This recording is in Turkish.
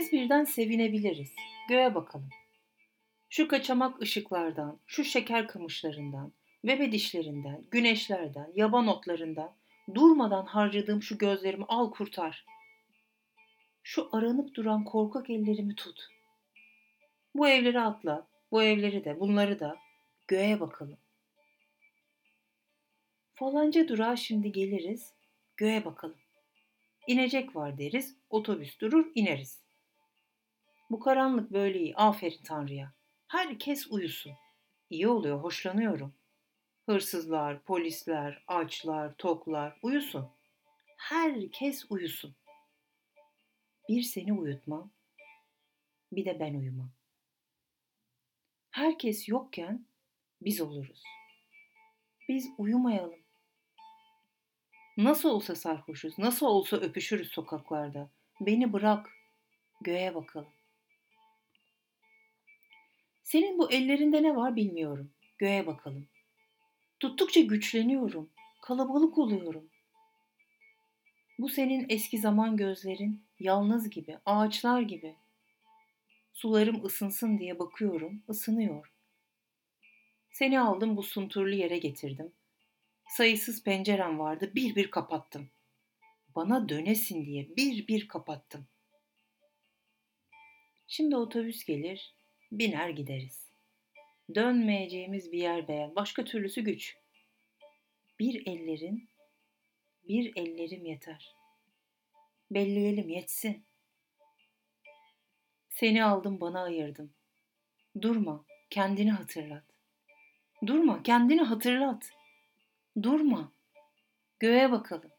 İkimiz birden sevinebiliriz. Göğe bakalım. Şu kaçamak ışıklardan, şu şeker kamışlarından, bebe dişlerinden, güneşlerden, yaban otlarından durmadan harcadığım şu gözlerimi al kurtar. Şu aranıp duran korkak ellerimi tut. Bu evleri atla, bu evleri de, bunları da göğe bakalım. Falanca durağa şimdi geliriz, göğe bakalım. İnecek var deriz, otobüs durur ineriz. Bu karanlık böyle iyi, aferin Tanrı'ya. Herkes uyusun. İyi oluyor, hoşlanıyorum. Hırsızlar, polisler, açlar, toklar uyusun. Herkes uyusun. Bir seni uyutmam, bir de ben uyumam. Herkes yokken biz oluruz. Biz uyumayalım. Nasıl olsa sarhoşuz, nasıl olsa öpüşürüz sokaklarda. Beni bırak, göğe bakalım. Senin bu ellerinde ne var bilmiyorum. Göğe bakalım. Tuttukça güçleniyorum. Kalabalık oluyorum. Bu senin eski zaman gözlerin yalnız gibi, ağaçlar gibi. Sularım ısınsın diye bakıyorum, ısınıyor. Seni aldım bu sunturlu yere getirdim. Sayısız pencerem vardı, bir bir kapattım. Bana dönesin diye bir bir kapattım. Şimdi otobüs gelir, biner gideriz. Dönmeyeceğimiz bir yer beğen, başka türlüsü güç. Bir ellerin, bir ellerim yeter. Belleyelim yetsin. Seni aldım bana ayırdım. Durma, kendini hatırlat. Durma, kendini hatırlat. Durma, göğe bakalım.